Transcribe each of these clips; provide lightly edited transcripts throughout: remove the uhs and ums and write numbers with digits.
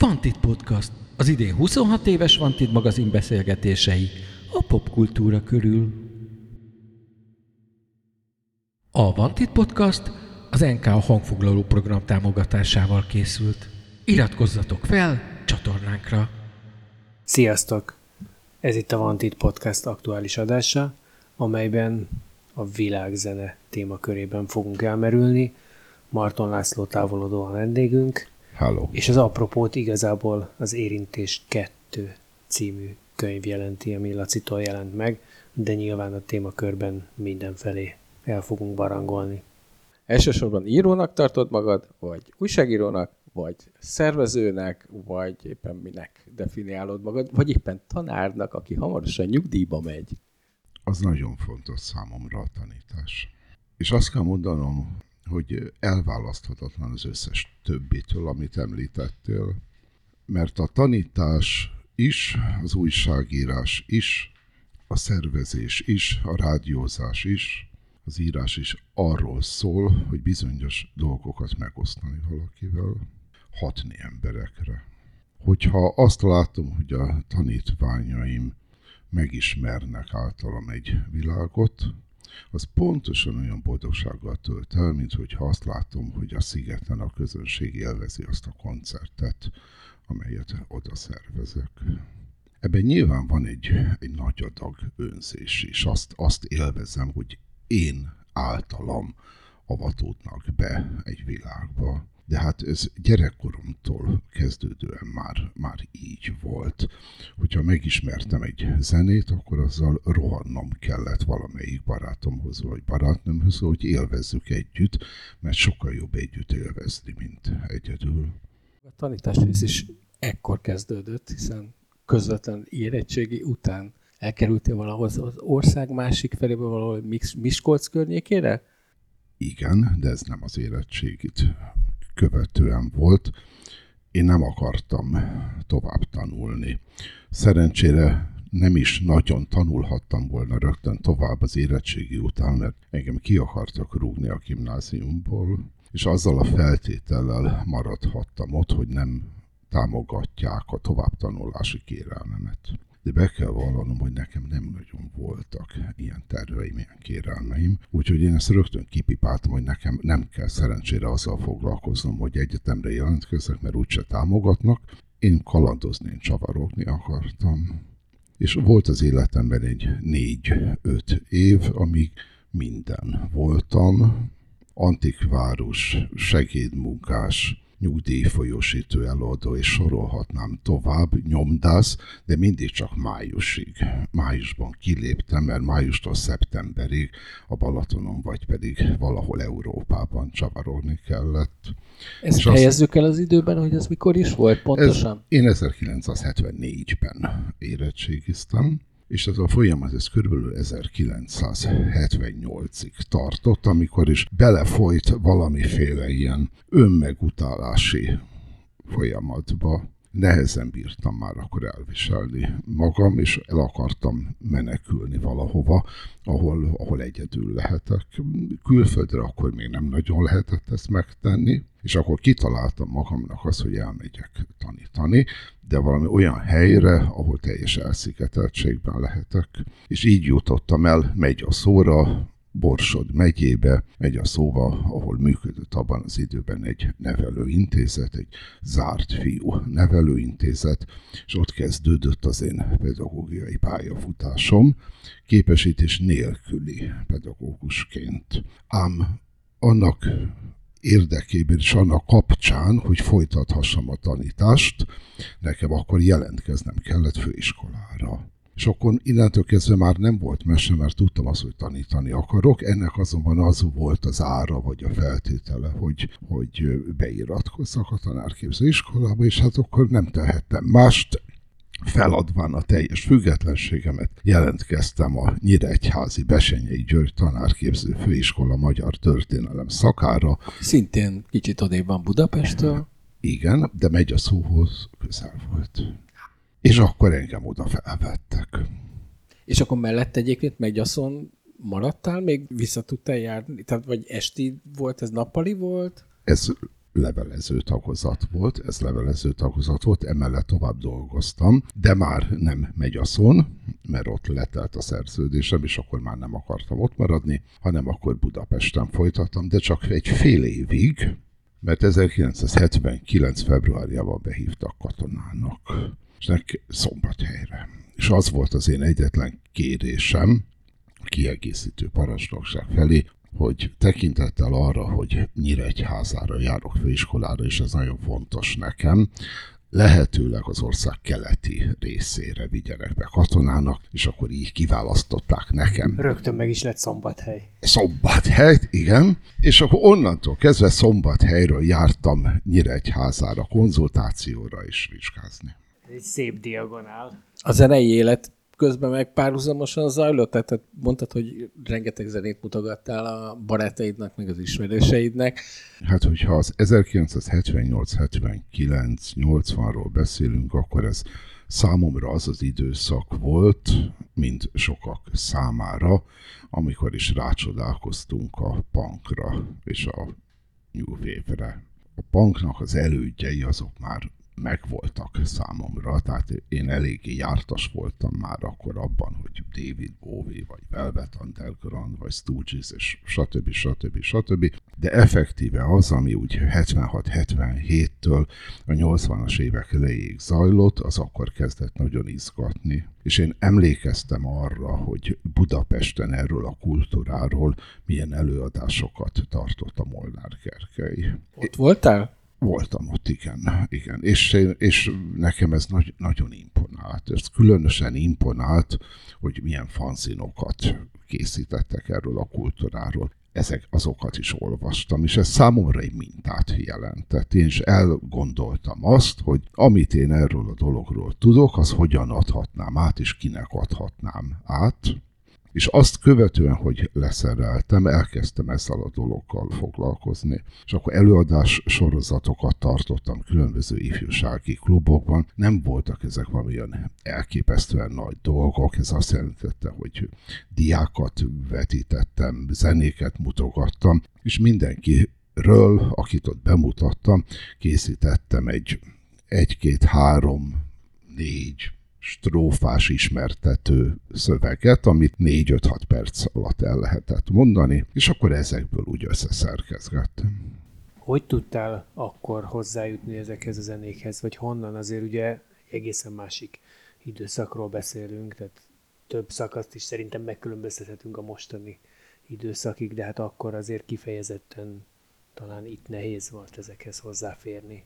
Vantit Podcast, az idén 26 éves Vantit magazin beszélgetései a popkultúra körül. A Vantit Podcast az NK hangfoglaló program támogatásával készült. Iratkozzatok fel csatornánkra! Sziasztok! Ez itt a Vantit Podcast aktuális adása, amelyben a világzene témakörében fogunk elmerülni. Marton László távolodó a vendégünk. Hello. És az apropót igazából az Érintés 2 című könyv jelenti, ami Lacitól jelent meg, de nyilván a témakörben mindenfelé el fogunk barangolni. Elsősorban írónak tartod magad, vagy újságírónak, vagy szervezőnek, vagy éppen minek definiálod magad, vagy éppen tanárnak, aki hamarosan nyugdíjba megy. Az nagyon fontos számomra a tanítás. És azt kell mondanom, hogy elválaszthatatlan az összes többitől, amit említettél, mert a tanítás is, az újságírás is, a szervezés is, a rádiózás is, az írás is arról szól, hogy bizonyos dolgokat megosztani valakivel, hatni emberekre. Hogyha azt látom, hogy a tanítványaim megismernek általam egy világot, az pontosan olyan boldogsággal tölt el, mint hogyha azt látom, hogy a szigeten a közönség élvezi azt a koncertet, amelyet oda szervezek. Ebben nyilván van egy nagy adag önzés is. Azt élvezem, hogy én általam avatódnak be egy világba. De hát ez gyerekkoromtól kezdődően már így volt. Hogyha megismertem egy zenét, akkor azzal rohannom kellett valamelyik barátomhoz vagy barátnőmhöz, hogy élvezzük együtt, mert sokkal jobb együtt élvezni, mint egyedül. A tanítás rész is ekkor kezdődött, hiszen közvetlen érettségi után elkerültél valahoz az ország másik felébe, valahol Miskolc környékére? Igen, de ez nem az érettségit követően volt. Én nem akartam tovább tanulni. Szerencsére nem is nagyon tanulhattam volna rögtön tovább az érettségi után, mert engem ki akartak rúgni a gimnáziumból, és azzal a feltétellel maradhattam ott, hogy nem támogatják a továbbtanulási kérelmemet. De be kell vallanom, hogy nekem nem nagyon voltak ilyen terveim, ilyen kérelmeim. Úgyhogy én ezt rögtön kipipáltam, hogy nekem nem kell szerencsére azzal foglalkoznom, hogy egyetemre jelentkezzek, mert úgyse támogatnak. Én kalandozni, én csavarogni akartam. És volt az életemben egy 4-5 év, amíg minden voltam. Antikvárus, segédmunkás, nyugdíjfolyósító előadó, és sorolhatnám tovább, nyomdász, de mindig csak májusig. Májusban kiléptem, mert májustól szeptemberig a Balatonon, vagy pedig valahol Európában csavarogni kellett. Ezt helyezzük el az időben, hogy ez mikor is volt pontosan? Én 1974-ben érettségiztem, és ez a folyamat ez körülbelül 1978-ig tartott, amikor is belefolyt valamiféle ilyen önmegutálási folyamatba. Nehezen bírtam már akkor elviselni magam, és el akartam menekülni valahova, ahol egyedül lehetek. Külföldre akkor még nem nagyon lehetett ezt megtenni, és akkor kitaláltam magamnak azt, hogy elmegyek tanítani, de valami olyan helyre, ahol teljes elszigeteltségben lehetek. És így jutottam el Megyaszóra, Borsod megyébe, Megyaszóba, ahol működött abban az időben egy nevelőintézet, egy zárt fiú nevelőintézet, és ott kezdődött az én pedagógiai pályafutásom, képesítés nélküli pedagógusként. Ám annak érdekében és annak kapcsán, hogy folytathassam a tanítást, nekem akkor jelentkeznem kellett főiskolára. És akkor innentől kezdve már nem volt mese, mert tudtam azt, hogy tanítani akarok. Ennek azonban az volt az ára, vagy a feltétele, hogy beiratkozzak a tanárképző iskolába, és hát akkor nem tehettem mást. Feladván a teljes függetlenségemet, jelentkeztem a Nyíregyházi Bessenyei György Tanárképző Főiskola Magyar Történelem szakára. Szintén kicsit odébb van Budapesttől. Igen, de Megyaszóhoz közel volt. És akkor engem oda felvettek. És akkor mellett egyébként Megyaszón maradtál, még vissza tudtál járni? Tehát vagy esti volt, ez nappali volt? Ez levelező tagozat volt, emellett tovább dolgoztam, de már nem Megyaszon, mert ott letelt a szerződésem, és akkor már nem akartam ott maradni, hanem akkor Budapesten folytattam, de csak egy fél évig, mert 1979. februárjában behívtak katonának, és Szombathelyre. És az volt az én egyetlen kérésem a kiegészítő parancsnokság felé, hogy tekintettel arra, hogy Nyíregyházára járok főiskolára, és ez nagyon fontos nekem, lehetőleg az ország keleti részére vigyenek be katonának, és akkor így kiválasztották nekem. Rögtön meg is lett Szombathely. Szombathely, igen. És akkor onnantól kezdve Szombathelyről jártam Nyíregyházára konzultációra és vizsgázni. Egy szép diagonál. A zenei élet közben meg párhuzamosan zajlott? Tehát mondtad, hogy rengeteg zenét mutogattál a barátaidnak, meg az ismerőseidnek. Hát, hogyha az 1978-79-80-ról beszélünk, akkor ez számomra az az időszak volt, mint sokak számára, amikor is rácsodálkoztunk a punkra és a new wave-re. A punknak az elődjei azok már megvoltak számomra, tehát én eléggé jártas voltam már akkor abban, hogy David Bowie, vagy Velvet Underground, vagy Stooges, és stb. De effektíve az, ami úgy 76-77-től a 80-as évek elejéig zajlott, az akkor kezdett nagyon izgatni. És én emlékeztem arra, hogy Budapesten erről a kultúráról milyen előadásokat tartott a Molnár Gergely. Ott voltál? Voltam ott, igen. És nekem ez nagyon imponált. Ez különösen imponált, hogy milyen fanzinokat készítettek erről a kultúráról. Azokat is olvastam, és ez számomra egy mintát jelentett. Én is elgondoltam azt, hogy amit én erről a dologról tudok, az hogyan adhatnám át, és kinek adhatnám át. És azt követően, hogy leszereltem, elkezdtem ezzel a dologgal foglalkozni. És akkor előadás sorozatokat tartottam különböző ifjúsági klubokban. Nem voltak ezek valamilyen elképesztően nagy dolgok. Ez azt jelentette, hogy diákat vetítettem, zenéket mutogattam, és mindenkiről, akit ott bemutattam, készítettem egy, két, három, négy strófás ismertető szöveget, amit 4-5-6 perc alatt el lehetett mondani, és akkor ezekből úgy összeszerkezgettem. Hogy tudtál akkor hozzájutni ezekhez a zenékhez, vagy honnan? Azért ugye egészen másik időszakról beszélünk, tehát több szakaszt is szerintem megkülönböztethetünk a mostani időszakig, de hát akkor azért kifejezetten talán itt nehéz volt ezekhez hozzáférni.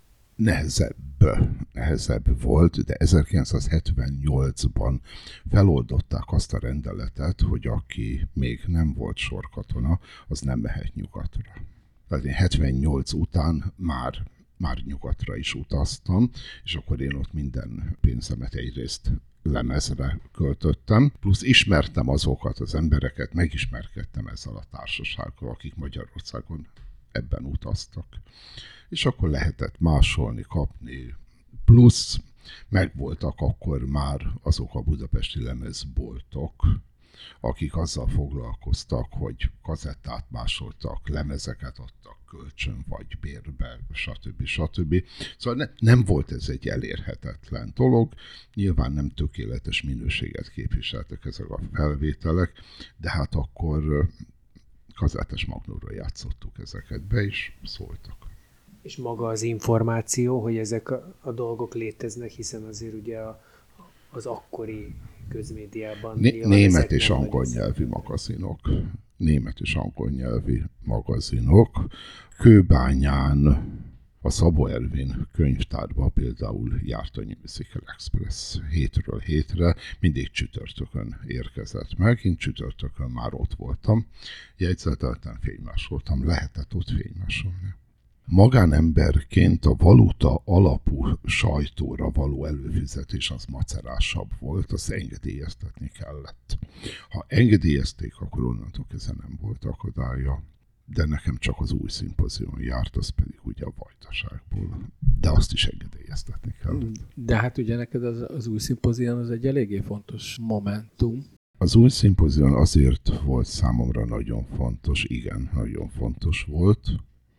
Nehezebb volt, de 1978-ban feloldották azt a rendeletet, hogy aki még nem volt sorkatona, az nem mehet nyugatra. Tehát én 78 után már nyugatra is utaztam, és akkor én ott minden pénzemet egyrészt lemezre költöttem, plusz ismertem azokat az embereket, megismerkedtem ezzel a társasággal, akik Magyarországon ebben utaztak. És akkor lehetett másolni, kapni, plusz megvoltak akkor már azok a budapesti lemezboltok, akik azzal foglalkoztak, hogy kazettát másoltak, lemezeket adtak kölcsön, vagy bérbe, stb. Szóval nem volt ez egy elérhetetlen dolog, nyilván nem tökéletes minőséget képviseltek ezek a felvételek, de hát akkor kazettes magnóra játszottuk ezeket be, és szóltak. És maga az információ, hogy ezek a dolgok léteznek, hiszen azért ugye az akkori közmédiában... Német és angol nyelvű magazinok. Német és angol nyelvű magazinok. Kőbányán a Szabó Ervin könyvtárba például járt a Musical Express hétről hétre, mindig csütörtökön érkezett meg, én csütörtökön már ott voltam, jegyzetelten fénymásoltam, lehetett ott fénymásolni. Magánemberként a valuta alapú sajtóra való előfizetés az macerásabb volt, azt engedélyeztetni kellett. Ha engedélyezték, akkor onnantól kezdve nem volt akadálya, de nekem csak az Új Szimpozion járt, az pedig ugye a Vajdaságból, de azt is engedélyeztetni kellett. De hát ugye neked az Új Szimpozion az egy eléggé fontos momentum. Az Új Szimpozion azért volt számomra nagyon fontos, igen, nagyon fontos volt,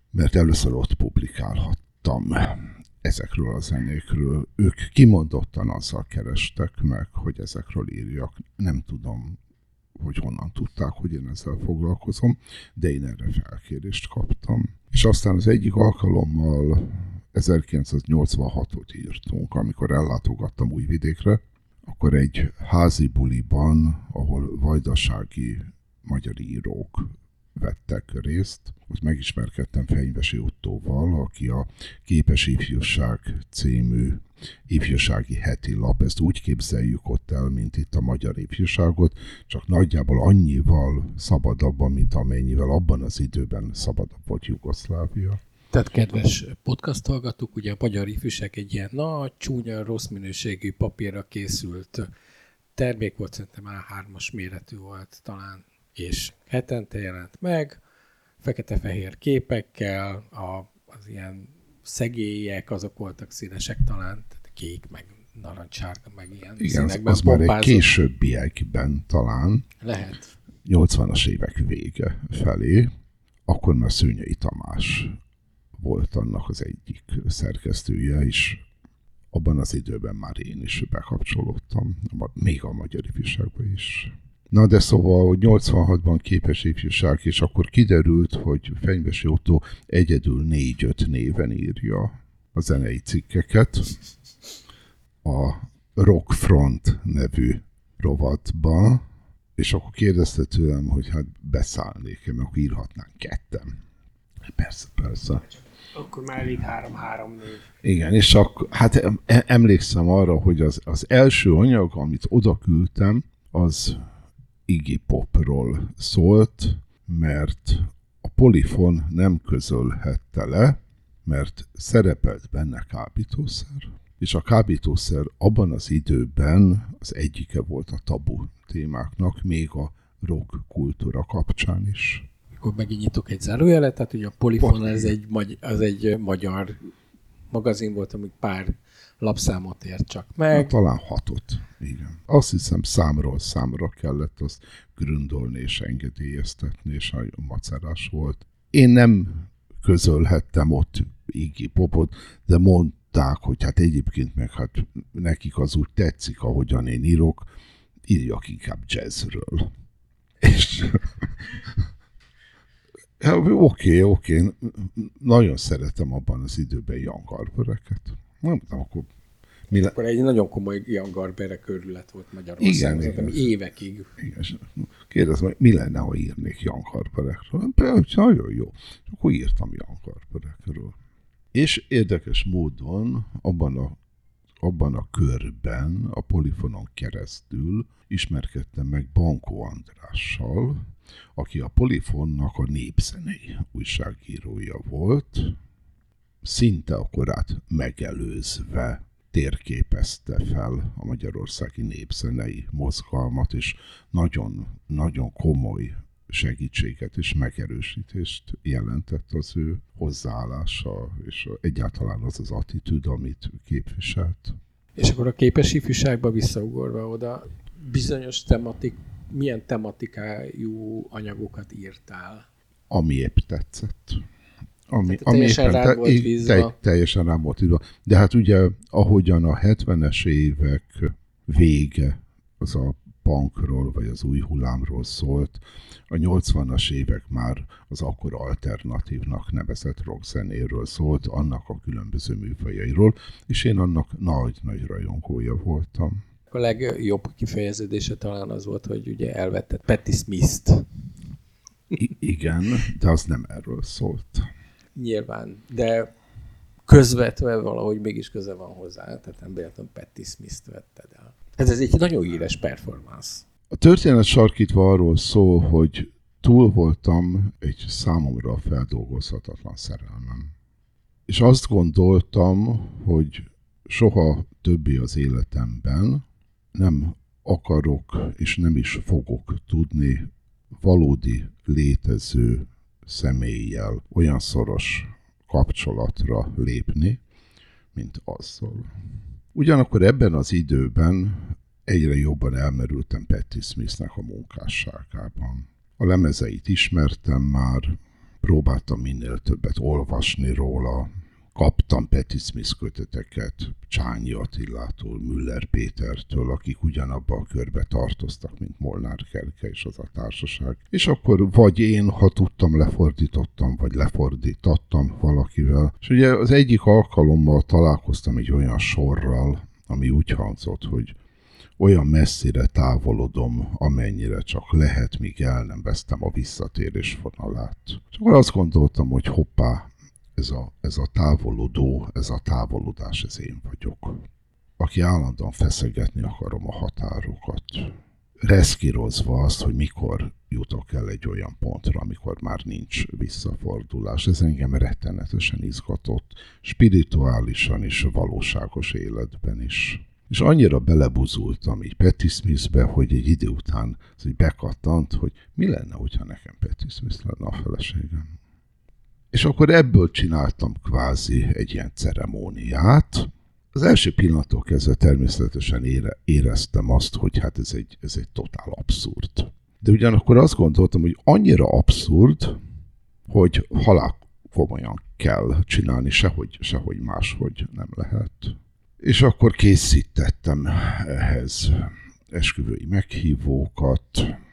mert először ott publikálhattam ezekről a zenékről. Ők kimondottan azzal kerestek meg, hogy ezekről írjak. Nem tudom, hogy honnan tudták, hogy én ezzel foglalkozom, de én erre felkérést kaptam. És aztán az egyik alkalommal 1986-ot írtunk, amikor ellátogattam Újvidékre, akkor egy házi buliban, ahol vajdasági magyar írók vettek részt, ott megismerkedtem Fenyvesi Ottóval, aki a Képes Ifjúság című ifjúsági heti lap. Ezt úgy képzeljük ott el, mint itt a magyar ifjúságot, csak nagyjából annyival szabadabban, mint amennyivel abban az időben szabadabb volt Jugoszlávia. Tehát kedves podcast hallgatók, ugye a magyar ifjúság egy ilyen nagy, csúnya, rossz minőségű papírra készült termék volt, szerintem A3-as méretű volt talán, és hetente jelent meg, fekete-fehér képekkel, az ilyen szegélyek, azok voltak színesek talán, tehát kék, meg narancssárga, meg ilyen igen, színekben az már egy későbbiekben talán. Lehet. 80-as évek vége felé, akkor már Szőnyei Tamás volt annak az egyik szerkesztője is. Abban az időben már én is bekapcsolódtam, még a magyar ifjúságban is. Na de szóval, hogy 86-ban Képes Ifjúság, és akkor kiderült, hogy Fenyvesi Ottó egyedül 4-5 néven írja a zenei cikkeket a Rockfront nevű rovatban, és akkor kérdezte tőlem, hogy hát beszállnék-e, mert akkor írhatnánk ketten. Persze. Akkor már elég 3-3 név. Igen, és akkor, hát emlékszem arra, hogy az első anyag, amit oda küldtem, az Iggy Popról szólt, mert a Polyphon nem közölhette le, mert szerepelt benne kábítószer, és a kábítószer abban az időben az egyike volt a tabu témáknak, még a rock kultúra kapcsán is. Akkor megint nyitok egy zárójelet, tehát ugye a Polyphon az egy magyar magazin volt, amik pár lapszámot ért csak meg. Na, talán 6. Igen. Azt hiszem számról számra kellett azt gründolni és engedélyeztetni, és nagyon macerás volt. Én nem közölhettem ott Iggy Popot, de mondták, hogy hát egyébként meg hát nekik az úgy tetszik, ahogyan én írok, írjak inkább jazzről. És Oké. Nagyon szeretem abban az időben Jan Garbereket. Nem tudom, akkor egy nagyon komoly Jan Garber körület volt Magyarországon, igen. Évekig. Igen. Kérdezem, hogy mi lenne, ha írnék Jan Garberekről? Nagyon jó. És akkor írtam Jan Garberekről. És érdekes módon abban a körben, a Polyphonon keresztül ismerkedtem meg Bankó Andrással, aki a Polyphonnak a népzenei újságírója volt, szinte a korát megelőzve térképezte fel a magyarországi népzenei mozgalmat, és nagyon, nagyon komoly segítséget és megerősítést jelentett az ő hozzáállása, és egyáltalán az az attitűd, amit képviselt. És akkor a Képes Ifjúságba visszaugorva oda bizonyos milyen tematikájú anyagokat írtál? Ami épp tetszett. Teljesen rád volt bízva. Teljesen rám volt bízva. De hát ugye, ahogyan a 70-es évek vége az a punkról, vagy az új hullámról szólt, a 80-as évek már az akkor alternatívnak nevezett rockzenéről szólt, annak a különböző műfajairól, és én annak nagy rajongója voltam. A legjobb kifejeződése talán az volt, hogy ugye elvetted Patti Smith-t. Igen, de az nem erről szólt. Nyilván, de közvetve valahogy mégis köze van hozzá, tehát nem véletlenül Patti Smith-t vetted el. Ez egy nagyon híres performance. A történet sarkítva arról szól, hogy túl voltam egy számomra feldolgozhatatlan szerelmem. És azt gondoltam, hogy soha többé az életemben nem akarok és nem is fogok tudni valódi létező személlyel olyan szoros kapcsolatra lépni, mint azzal. Ugyanakkor ebben az időben egyre jobban elmerültem Patti Smithnek a munkásságában. A lemezeit ismertem már, próbáltam minél többet olvasni róla, kaptam Patti Smith köteteket Csányi Attilától, Müller Pétertől, akik ugyanabba a körbe tartoztak, mint Molnár Gergely és az a társaság. És akkor vagy én, ha tudtam, lefordítottam, vagy lefordítattam valakivel. És ugye az egyik alkalommal találkoztam egy olyan sorral, ami úgy hangzott, hogy olyan messzire távolodom, amennyire csak lehet, míg el nem vesztem a visszatérés vonalát. És akkor azt gondoltam, hogy hoppá, ez a távolodó, ez a távolodás, ez én vagyok. Aki állandóan feszegetni akarom a határokat. Reszkírozva azt, hogy mikor jutok el egy olyan pontra, amikor már nincs visszafordulás. Ez engem rettenetesen izgatott, spirituálisan is, valóságos életben is. És annyira belebuzultam így Patti Smithbe, hogy egy idő után az így bekattant, hogy mi lenne, hogyha nekem Patti Smith lenne a feleségem. És akkor ebből csináltam kvázi egy ilyen ceremóniát. Az első pillanattól kezdve természetesen éreztem azt, hogy hát ez egy totál abszurd. De ugyanakkor azt gondoltam, hogy annyira abszurd, hogy halál komolyan kell csinálni, sehogy máshogy nem lehet. És akkor készítettem ehhez esküvői meghívókat,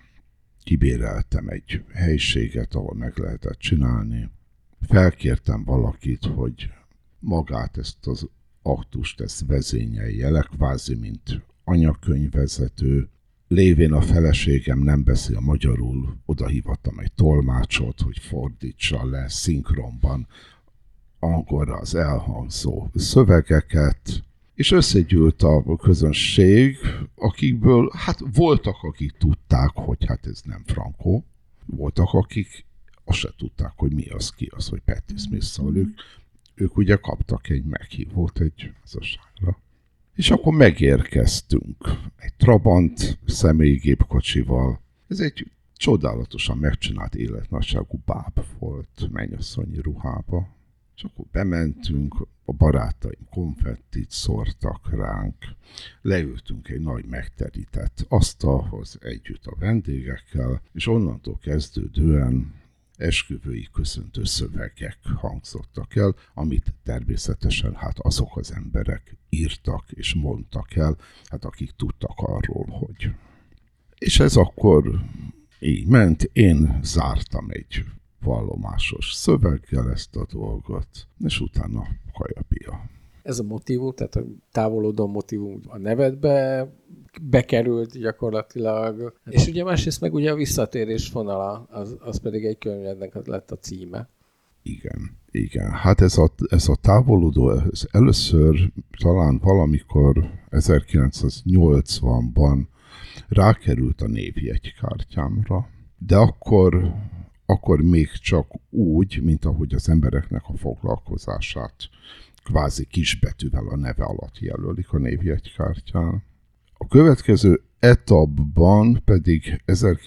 kibéreltem egy helyiséget, ahol meg lehetett csinálni. Felkértem valakit, hogy magát ezt az aktust, ezt vezényelje, kvázi mint anyakönyvvezető. Lévén a feleségem nem beszél magyarul, odahívattam egy tolmácsot, hogy fordítsa le szinkronban angolra az elhangzó szövegeket, és összegyűlt a közönség, akikből, hát voltak, akik tudták, hogy hát ez nem frankó, voltak, akik azt se tudták, hogy mi az, ki az, hogy Patti Smith, szóval ők ugye kaptak egy meghívót egy házasságra. És akkor megérkeztünk egy Trabant személygépkocsival. Ez egy csodálatosan megcsinált életnagyságú báb volt, mennyasszonyi ruhába. És akkor bementünk, a barátaim konfettit szórtak ránk, leültünk egy nagy megterített asztalhoz együtt a vendégekkel, és onnantól kezdődően esküvői köszöntő szövegek hangzottak el, amit természetesen hát azok az emberek írtak és mondtak el, hát akik tudtak arról, hogy. És ez akkor így ment, én zártam egy vallomásos szöveggel ezt a dolgot, és utána kajapia. Ez a motívum, tehát a távolodó motívum a nevedbe bekerült gyakorlatilag, és ugye másrészt meg ugye a visszatérés vonala, az pedig egy könyvednek lett a címe. Igen. Hát ez a távolodó, ez először talán valamikor 1980-ban rákerült a névjegykártyámra, de akkor még csak úgy, mint ahogy az embereknek a foglalkozását kvázi kisbetűvel a neve alatt jelölik a névjegykártyán. A következő etapban pedig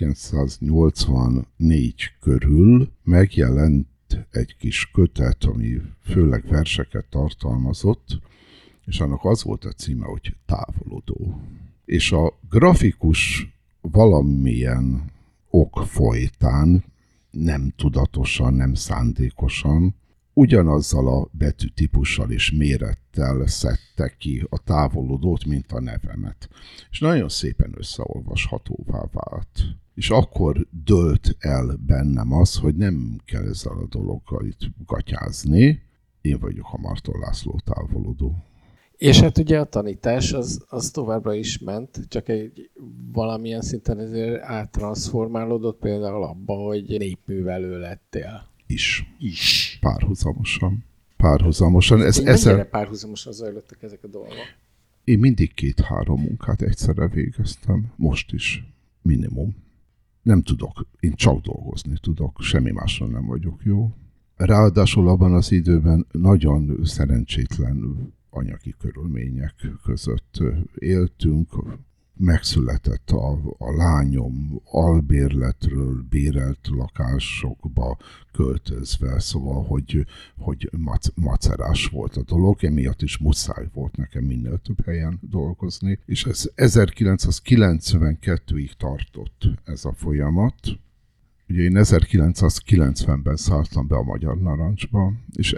1984 körül megjelent egy kis kötet, ami főleg verseket tartalmazott, és annak az volt a címe, hogy Távolodó. És a grafikus valamilyen ok folytán, nem tudatosan, nem szándékosan, ugyanazzal a betűtípussal és mérettel szedte ki a távolodót, mint a nevemet. És nagyon szépen összeolvashatóvá vált. És akkor dőlt el bennem az, hogy nem kell ezzel a dologgal itt gatyázni. Én vagyok a Marton László távolodó. És hát ugye a tanítás az továbbra is ment, csak egy valamilyen szinten ezért áttranszformálódott például abba, hogy népművelő lettél. Is. Párhuzamosan. Mennyire párhuzamosan zajlottak ezek a dolgok? Én mindig 2-3 munkát egyszerre végeztem, most is minimum. Nem tudok, én csak dolgozni tudok, semmi másra nem vagyok jó. Ráadásul abban az időben nagyon szerencsétlen anyagi körülmények között éltünk. Megszületett a lányom albérletről bérelt lakásokba költözve, szóval, hogy macerás volt a dolog, emiatt is muszáj volt nekem minél több helyen dolgozni, és ez 1992-ig tartott ez a folyamat, Ugye én 1990-ben szálltam be a Magyar Narancsba, és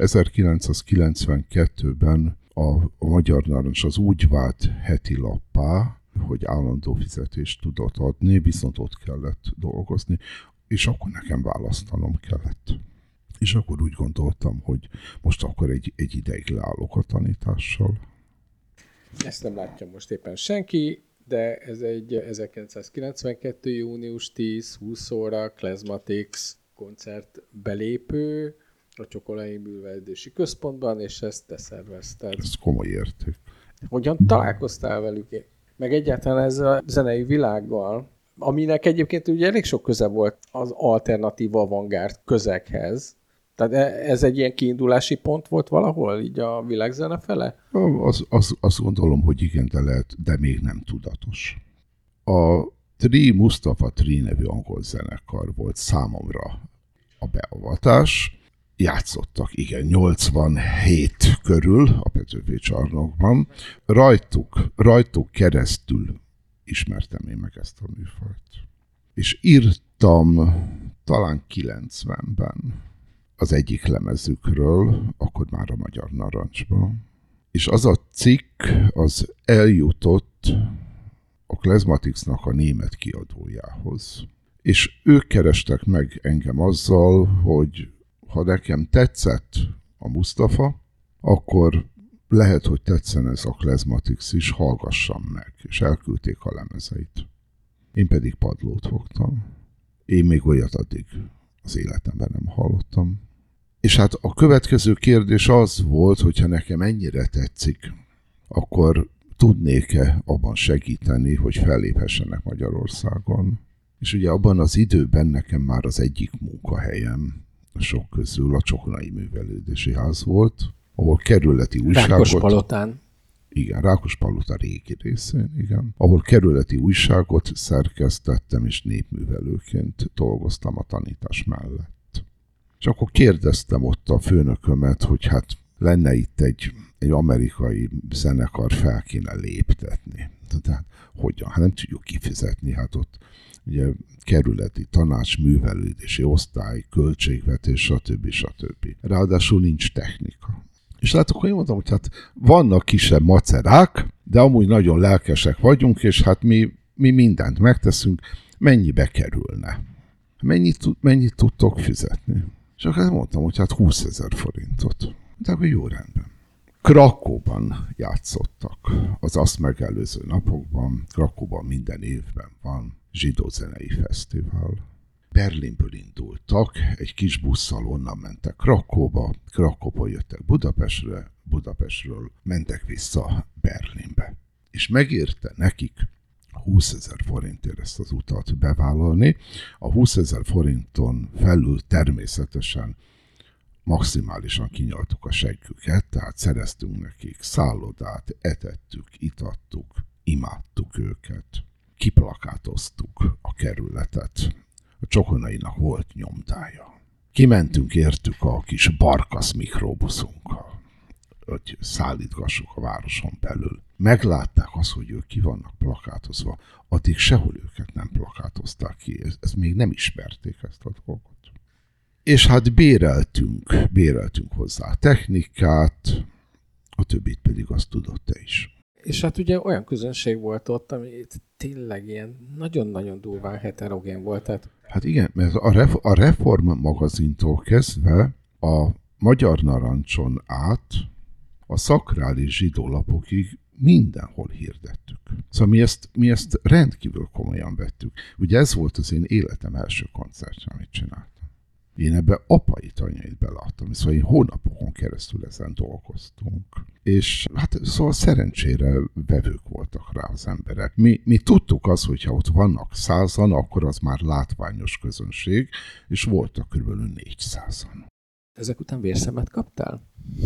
1992-ben a Magyar Narancs az úgy vált heti lappá, hogy állandó fizetést tudott adni, viszont ott kellett dolgozni, és akkor nekem választanom kellett. És akkor úgy gondoltam, hogy most akkor egy ideig leállok a tanítással. Ezt nem látja most éppen senki, de ez egy 1992. június 10-20 óra Klezmatics koncert belépő a Csokonai Művelődési Központban, és ezt te szervezted. Ez komoly érték. Hogyan találkoztál velük? Meg egyáltalán ez a zenei világgal, aminek egyébként ugye elég sok köze volt az alternatív avantgárd közeghez. Tehát ez egy ilyen kiindulási pont volt valahol, így a világzene fele? Azt gondolom, hogy igen, de még nem tudatos. A Mustafa Tree nevű angol zenekar volt számomra a beavatás. Játszottak, igen, 87 körül a Petőfi Csarnokban. Rajtuk keresztül ismertem én meg ezt a műfajt. És írtam talán 90-ben az egyik lemezükről, akkor már a Magyar Narancsban. És az a cikk, az eljutott a Klezmaticsnak a német kiadójához. És ők kerestek meg engem azzal, hogy ha nekem tetszett a Mustafa, akkor lehet, hogy tetszen ez a Klezmatics is, hallgassam meg. És elküldték a lemezeit. Én pedig padlót fogtam. Én még olyat addig az életemben nem hallottam. És hát a következő kérdés az volt, hogyha nekem ennyire tetszik, akkor tudnék-e abban segíteni, hogy felléphessenek Magyarországon. És ugye abban az időben nekem már az egyik munkahelyem sok közül a Csokonai Művelődési Ház volt, ahol kerületi újságot... Rákospalotán. Igen, Rákospalota régi részén, igen. Ahol kerületi újságot szerkesztettem, és népművelőként dolgoztam a tanítás mellett. És akkor kérdeztem ott a főnökömet, hogy hát lenne itt egy amerikai zenekar, fel kéne léptetni. Tehát hogyan? Hát nem tudjuk kifizetni, hát ott ugye kerületi tanács, művelődési osztály, költségvetés, stb. Ráadásul nincs technika. És hát akkor én mondtam, hogy hát vannak kisebb macerák, de amúgy nagyon lelkesek vagyunk, és hát mi mindent megteszünk, mennyibe kerülne? Mennyit tudtok fizetni? És akkor mondtam, hogy hát 20 000 forintot. De akkor jó, rendben. Krakóban játszottak az azt megelőző napokban. Krakóban minden évben van zsidó zenei fesztivál. Berlinből indultak, egy kis busszal onnan mentek Krakóba, Krakóból jöttek Budapestre, Budapestről mentek vissza Berlinbe. És megérte nekik 20 000 forintért ezt az utat bevállalni. A 20 000 forinton felül természetesen maximálisan kinyaltuk a seggüket, tehát szereztünk nekik szállodát, etettük, itattuk, imádtuk őket, kiplakátoztuk a kerületet. A Csokonainak volt nyomdája. Kimentünk értük a kis Barkasz mikrobuszunkkal, hogy szállítgassuk a városon belül. Meglátták azt, hogy ők ki vannak plakátozva, addig sehol őket nem plakátozták ki, ezt még nem ismerték ezt a dolgot. És hát béreltünk hozzá technikát, a többit pedig azt tudott te is. És hát ugye olyan közönség volt ott, ami tényleg ilyen nagyon-nagyon durván heterogén volt. Tehát... Hát igen, mert a Reform magazintól kezdve a Magyar Narancson át a szakrális zsidó lapokig mindenhol hirdettük. Szóval mi ezt rendkívül komolyan vettük. Ugye ez volt az én életem első koncertje, amit csináltam. Én ebbe apait, anyait beláttam, szóval én hónapokon keresztül ezen dolgoztunk. És hát szóval szerencsére vevők voltak rá az emberek. Mi tudtuk azt, hogyha ott vannak 100-an, akkor az már látványos közönség, és voltak kb. 400-an. Ezek után vérszemet kaptál?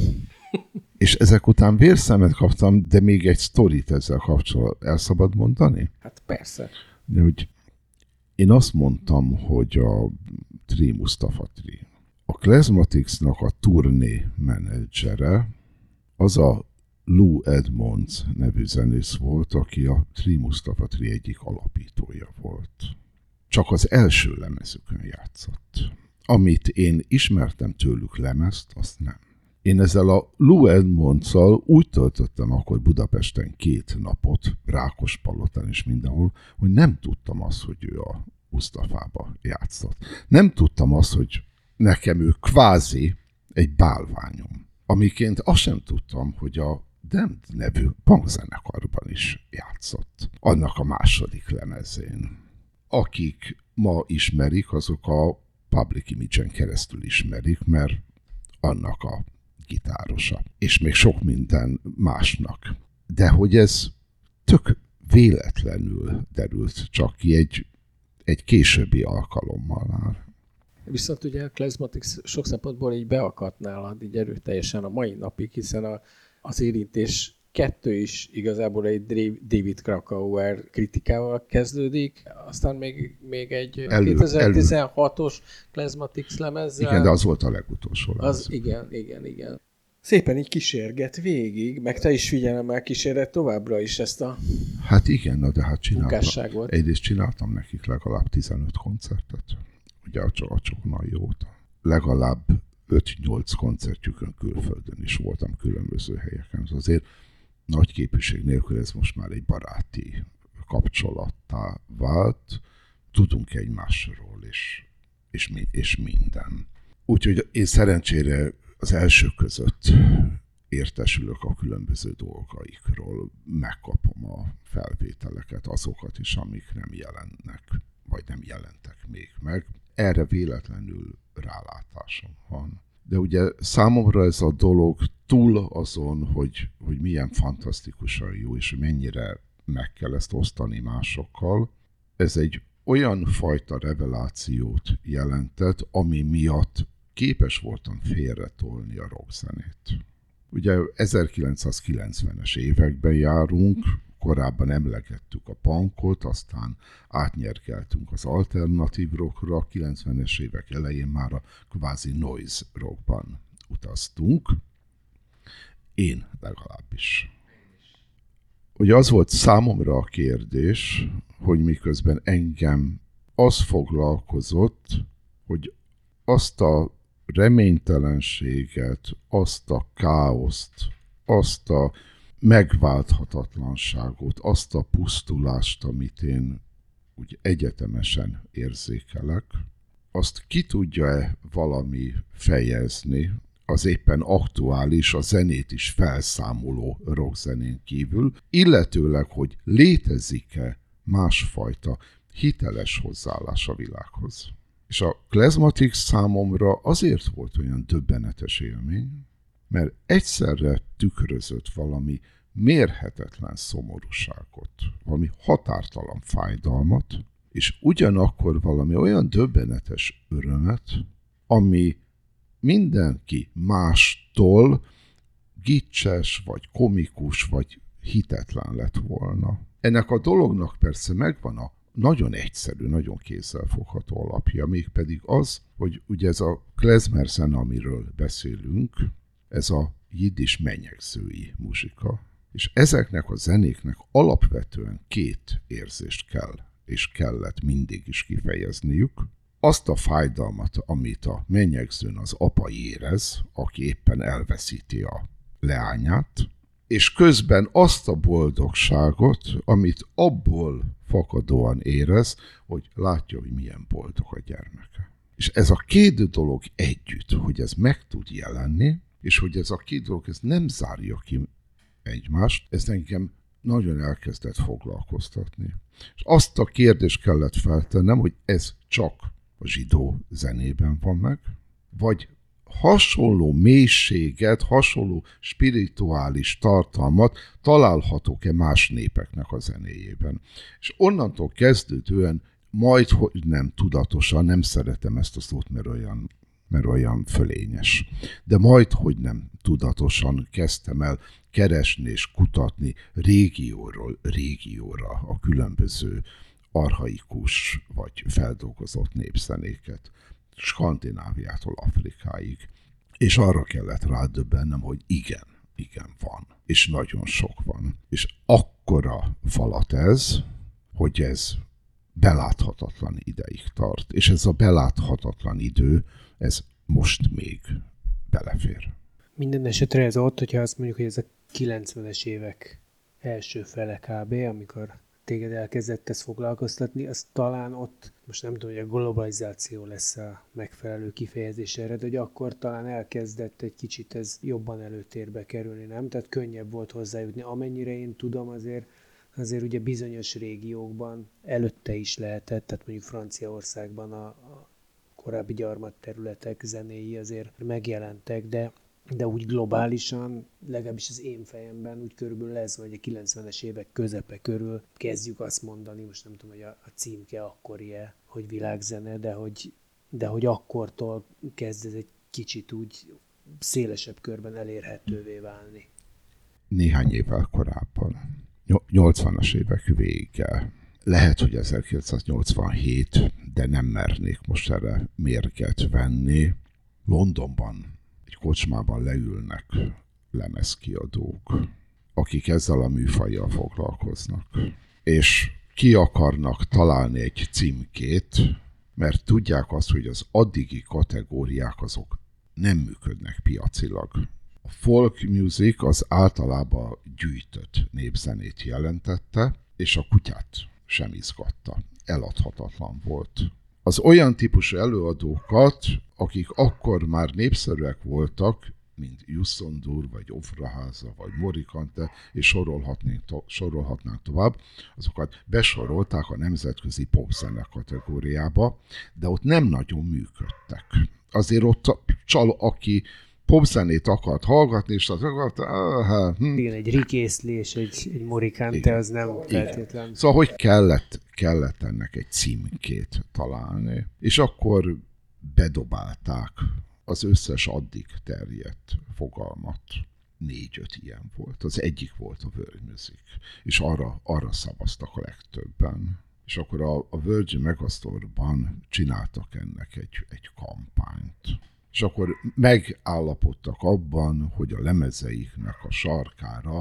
És ezek után vérszemet kaptam, de még egy sztorit ezzel kapcsolatban el szabad mondani? Hát persze. De hogy én azt mondtam, hogy a Mustafa Tree. A Klezmaticsnak a turné menedzsere az a Lou Edmonds nevű zenész volt, aki a Mustafa Tree egyik alapítója volt. csak az első lemezükön játszott. Amit én ismertem tőlük lemezt, azt nem. Én ezzel a Lou Edmondsszal úgy töltöttem akkor Budapesten 2 napot, Rákospalotán és mindenhol, hogy nem tudtam azt, hogy ő a Mustafába játszott. Nem tudtam azt, hogy nekem ő kvázi egy bálványom. Amiként azt sem tudtam, hogy a Damned nevű punkzenekarban is játszott. Annak a második lemezén. Akik ma ismerik, azok a Public Image-en keresztül ismerik, mert annak a gitárosa. És még sok minden másnak. De hogy ez tök véletlenül derült csak ki egy későbbi alkalommal már. Viszont ugye a Klezmatics sok szempontból így beakadt nálad így erőteljesen a mai napig, hiszen az érintés 2 is igazából egy David Krakauer kritikával kezdődik, aztán még egy 2016-os Klezmatics lemezzel. Igen, de az volt a legutolsó lemez. Igen. Szépen így kísérget végig, meg te is figyelemmel kíséred továbbra is ezt a Hát igen, de hát munkásságot. Egyrészt csináltam nekik legalább 15 koncertet, ugye a Csoknai óta. Legalább 5-8 koncertjükön külföldön is voltam különböző helyeken. Azért nagy képűség nélkül ez most már egy baráti kapcsolattá vált. Tudunk egymásról és minden. Úgyhogy én szerencsére az első között értesülök a különböző dolgaikról, megkapom a felvételeket, azokat is, amik nem jelennek, vagy nem jelentek még meg. Erre véletlenül rálátásom van. De ugye számomra ez a dolog túl azon, hogy milyen fantasztikusan jó, és mennyire meg kell ezt osztani másokkal, ez egy olyan fajta revelációt jelentett, ami miatt képes voltam félretolni a rockzenét. Ugye 1990-es években járunk, korábban emlegettük a punkot, aztán átnyergeltünk az alternatív rockra, 90-es évek elején már a kvázi noise rockban utaztunk. Én legalábbis. Ugye az volt számomra a kérdés, hogy miközben engem az foglalkozott, hogy azt a reménytelenséget, azt a káoszt, azt a megválthatatlanságot, azt a pusztulást, amit én úgy egyetemesen érzékelek, azt ki tudja-e valami fejezni az éppen aktuális, a zenét is felszámoló rockzenén kívül, illetőleg, hogy létezik-e másfajta hiteles hozzáállás a világhoz. És a Klezmatics számomra azért volt olyan döbbenetes élmény, mert egyszerre tükrözött valami mérhetetlen szomorúságot, valami határtalan fájdalmat, és ugyanakkor valami olyan döbbenetes örömet, ami mindenki mástól gicses, vagy komikus, vagy hitetlen lett volna. Ennek a dolognak persze megvan a nagyon egyszerű, nagyon kézzelfogható alapja, mégpedig az, hogy ugye ez a klezmer zene, amiről beszélünk, ez a jiddis menyegzői muzsika, és ezeknek a zenéknek alapvetően 2 érzést kell, és kellett mindig is kifejezniük. Azt a fájdalmat, amit a menyegzőn az apa érez, aki éppen elveszíti a leányát, és közben azt a boldogságot, amit abból fakadóan érez, hogy látja, hogy milyen boldog a gyermeke. És ez a 2 dolog együtt, hogy ez meg tud jelenni, és hogy ez a 2 dolog ez nem zárja ki egymást, ez engem nagyon elkezdett foglalkoztatni. És azt a kérdést kellett feltennem, hogy ez csak a zsidó zenében van meg, vagy hasonló mélységet, hasonló spirituális tartalmat találhatók-e más népeknek a zenéjében. És onnantól kezdődően majd, hogy nem tudatosan, nem szeretem ezt a szót, mert olyan fölényes. De majd, hogy nem tudatosan kezdtem el keresni és kutatni régióról régióra a különböző archaikus vagy feldolgozott népzenéket, Skandináviától Afrikáig. És arra kellett rádöbbennem, hogy igen van. És nagyon sok van. És akkora falat ez, hogy ez beláthatatlan ideig tart. És ez a beláthatatlan idő, ez most még belefér. Minden esetre ez ott, hogyha azt mondjuk, hogy ez a 90-es évek első fele kb., amikor téged elkezdett ezt foglalkoztatni, az talán ott, most nem tudom, hogy a globalizáció lesz a megfelelő kifejezés erre, de hogy akkor talán elkezdett egy kicsit ez jobban előtérbe kerülni, nem? Tehát könnyebb volt hozzájutni. Amennyire én tudom, azért ugye bizonyos régiókban előtte is lehetett, tehát mondjuk Franciaországban a korábbi gyarmatterületek zenéi azért megjelentek, de úgy globálisan, legalábbis az én fejemben úgy körülbelül ez, hogy a 90-es évek közepe körül kezdjük azt mondani, most nem tudom, hogy a címke akkori-e, hogy világzene, de hogy akkortól kezd ez egy kicsit úgy szélesebb körben elérhetővé válni. Néhány évvel korábban, 80-as évek vége, lehet, hogy 1987, de nem mernék most erre mérget venni. Londonban egy kocsmában leülnek lemezkiadók, akik ezzel a műfajjal foglalkoznak. És ki akarnak találni egy címkét, mert tudják azt, hogy az addigi kategóriák azok nem működnek piacilag. A folk music az általában gyűjtött népzenét jelentette, és a kutyát sem izgatta. Eladhatatlan volt. Az olyan típusú előadókat, akik akkor már népszerűek voltak, mint Jusson Dur, vagy Ofraháza, vagy Morikante, és sorolhatnánk tovább, azokat besorolták a nemzetközi popzene kategóriába, de ott nem nagyon működtek. Azért ott aki popzenét akart hallgatni, és az akart... Igen, egy rikészlés, egy Morikante, igen, az nem feltétlen. Szóval, hogy kellett ennek egy címkét találni. És akkor bedobálták az összes addig terjedt fogalmat. 4-5 ilyen volt. Az egyik volt a world music. És arra szavaztak a legtöbben. És akkor a Virgin Megastore-ban csináltak ennek egy kampányt. És akkor megállapodtak abban, hogy a lemezeiknek a sarkára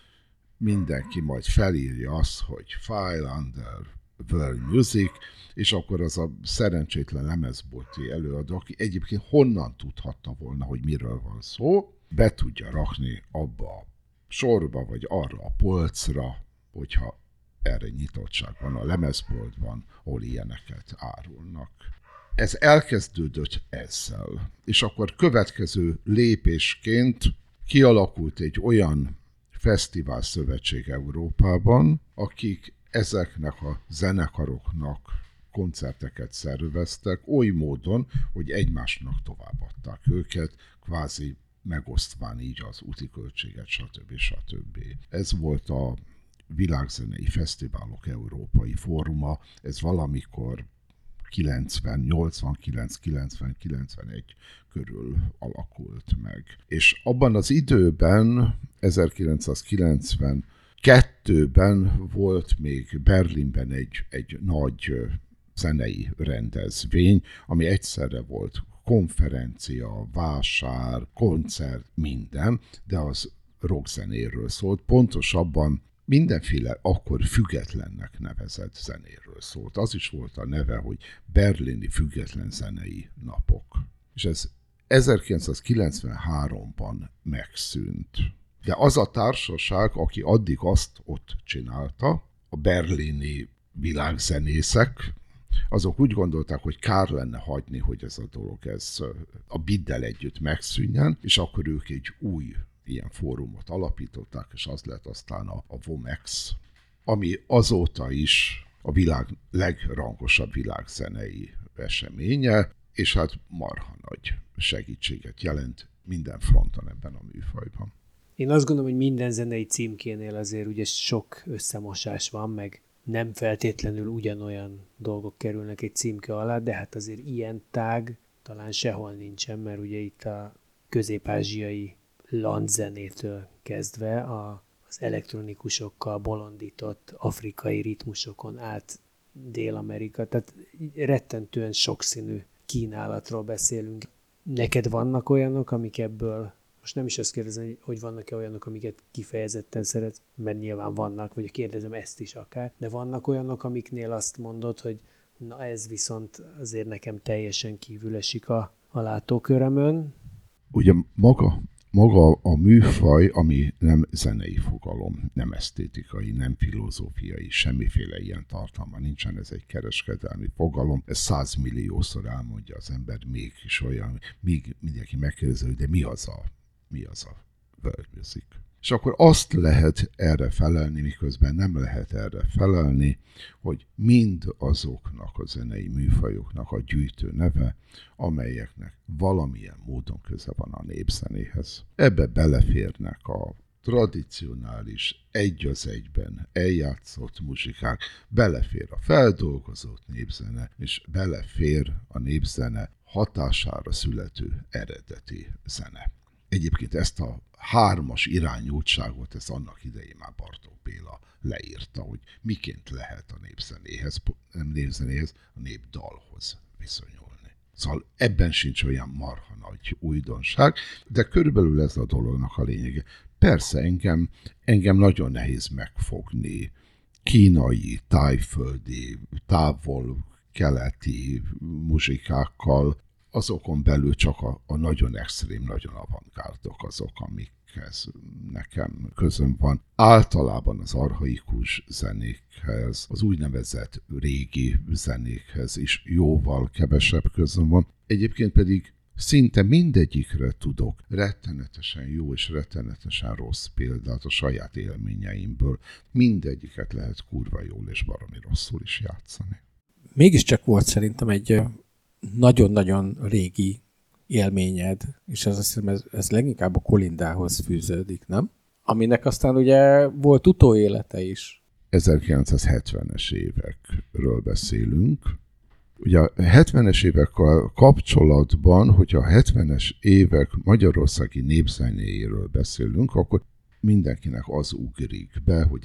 mindenki majd felírja azt, hogy File Under World Music, és akkor az a szerencsétlen lemezbolti előadó, aki egyébként honnan tudhatta volna, hogy miről van szó, be tudja rakni abba a sorba, vagy arra a polcra, hogyha erre nyitottság van a lemezboltban, ahol ilyeneket árulnak. Ez elkezdődött ezzel, és akkor következő lépésként kialakult egy olyan fesztivál szövetség Európában, akik ezeknek a zenekaroknak koncerteket szerveztek oly módon, hogy egymásnak továbbadták őket, kvázi megosztván így az úti költséget, stb. Ez volt a Világzenei Fesztiválok Európai Fóruma, ez valamikor 89-91 körül alakult meg. És abban az időben, 1992-ben volt még Berlinben egy nagy zenei rendezvény, ami egyszerre volt konferencia, vásár, koncert, minden, de az rockzenéről szólt. Pontosabban mindenféle akkor függetlennek nevezett zenéről szólt. Az is volt a neve, hogy Berlini Független Zenei Napok. És ez 1993-ban megszűnt. De az a társaság, aki addig azt ott csinálta, a berlini világzenészek, azok úgy gondolták, hogy kár lenne hagyni, hogy ez a dolog a BID-del együtt megszűnjen, és akkor ők egy új ilyen fórumot alapították, és az lett aztán a Vomex, ami azóta is a világ legrangosabb világzenei eseménye, és hát marha nagy segítséget jelent minden fronton ebben a műfajban. Én azt gondolom, hogy minden zenei címkénél azért ugye sok összemosás van, meg nem feltétlenül ugyanolyan dolgok kerülnek egy címke alá, de hát azért ilyen tág talán sehol nincsen, mert ugye itt a közép-ázsiai landzenétől kezdve az elektronikusokkal bolondított afrikai ritmusokon át Dél-Amerika, tehát rettentően sokszínű kínálatról beszélünk. Neked vannak olyanok, amik ebből Most nem is azt kérdezem, hogy vannak-e olyanok, amiket kifejezetten szeretsz, mert nyilván vannak, vagy kérdezem ezt is akár, de vannak olyanok, amiknél azt mondod, hogy na ez viszont azért nekem teljesen kívül esik a látókörömön. Ugye maga a műfaj, ami nem zenei fogalom, nem esztétikai, nem filozófiai, semmiféle ilyen tartalma nincsen, ez egy kereskedelmi fogalom, ez 100 milliószor elmondja az ember, mégis olyan, míg mindenki megkérdezi, hogy de mi az a world music. És akkor azt lehet erre felelni, miközben nem lehet erre felelni, hogy mind azoknak a zenei műfajoknak a gyűjtő neve, amelyeknek valamilyen módon köze van a népzenéhez. Ebbe beleférnek a tradicionális, egy az egyben eljátszott muzsikák, belefér a feldolgozott népzene, és belefér a népzene hatására születő eredeti zene. Egyébként ezt a 3-as irányultságot, ezt annak idején már Bartók Béla leírta, hogy miként lehet a népzenéhez, a népdalhoz viszonyulni. Szóval ebben sincs olyan marha nagy újdonság, de körülbelül ez a dolognak a lényege. Persze engem nagyon nehéz megfogni kínai, tájföldi, távol-keleti muzsikákkal, azokon belül csak a nagyon extrém, nagyon avantgárdok azok, amikhez nekem közöm van. Általában az archaikus zenékhez, az úgynevezett régi zenékhez is jóval kevesebb közöm van. Egyébként pedig szinte mindegyikre tudok rettenetesen jó és rettenetesen rossz példát a saját élményeimből. Mindegyiket lehet kurva jól és baromi rosszul is játszani. Mégiscsak volt szerintem egy nagyon-nagyon régi élményed, és azt hiszem ez leginkább a Kolindához fűződik, nem? Aminek aztán ugye volt utóélete is. 1970-es évekről beszélünk. Ugye a 70-es évekkel kapcsolatban, hogyha a 70-es évek magyarországi népzenéjéről beszélünk, akkor mindenkinek az ugrik be, hogy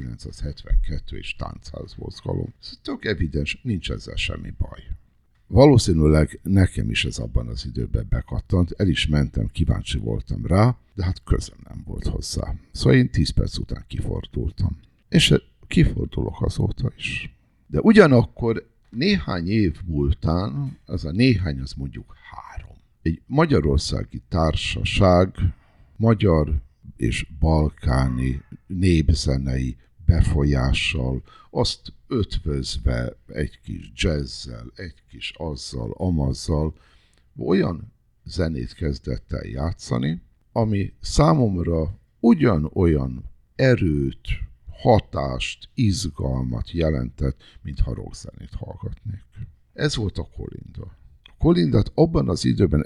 1972 és táncházmozgalom. Ez tök evidens, nincs ezzel semmi baj. Valószínűleg nekem is ez abban az időben bekattant, el is mentem, kíváncsi voltam rá, de hát közöm nem volt hozzá. Szóval én 10 perc után kifordultam. És kifordulok azóta is. De ugyanakkor néhány év múltán, az a néhány, az mondjuk 3. Egy magyarországi társaság, magyar és balkáni népzenei befolyással, azt ötvözve egy kis jazzzel, egy kis azzal, amazzal, olyan zenét kezdett el játszani, ami számomra ugyanolyan erőt, hatást, izgalmat jelentett, mintha rockzenét hallgatnék. Ez volt a Kolinda. A Kolindát abban az időben,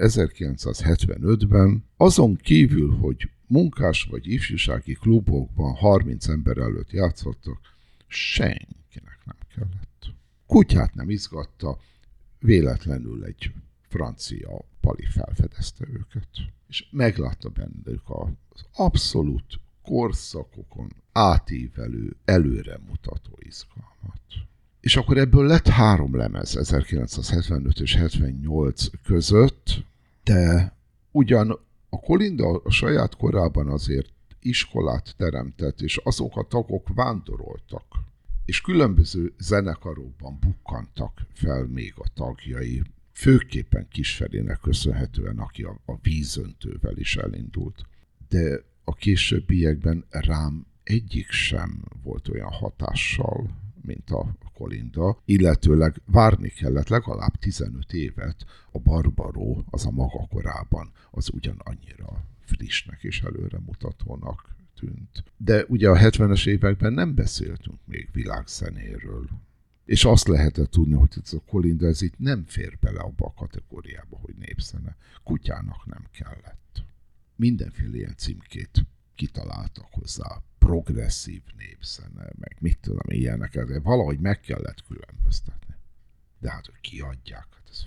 1975-ben, azon kívül, hogy munkás vagy ifjúsági klubokban 30 ember előtt játszottak, senkinek nem kellett. Kutyát nem izgatta, véletlenül egy francia pali felfedezte őket, és meglátta bennük az abszolút korszakokon átívelő, előremutató izgalmat. És akkor ebből lett 3 lemez 1975 és 78 között, de ugyan a Kolinda a saját korában azért iskolát teremtett, és azok a tagok vándoroltak, és különböző zenekarokban bukkantak fel még a tagjai, főképpen Kisferének köszönhetően, aki a vízöntővel is elindult. De a későbbiekben rám egyik sem volt olyan hatással, mint a Kolinda, illetőleg várni kellett legalább 15 évet, a Barbaró az a maga korában az ugyanannyira frissnek és előremutatónak tűnt. De ugye a 70-es években nem beszéltünk még világzenéről. És azt lehetett tudni, hogy ez a Kolinda ez itt nem fér bele abba a kategóriába, hogy népzene. Kutyának nem kellett. Mindenféle ilyen címkét kitaláltak hozzá. Progresszív népzene, meg mit tudom, ilyeneket, de valahogy meg kellett különböztetni. De hát, hogy kiadják, hát ez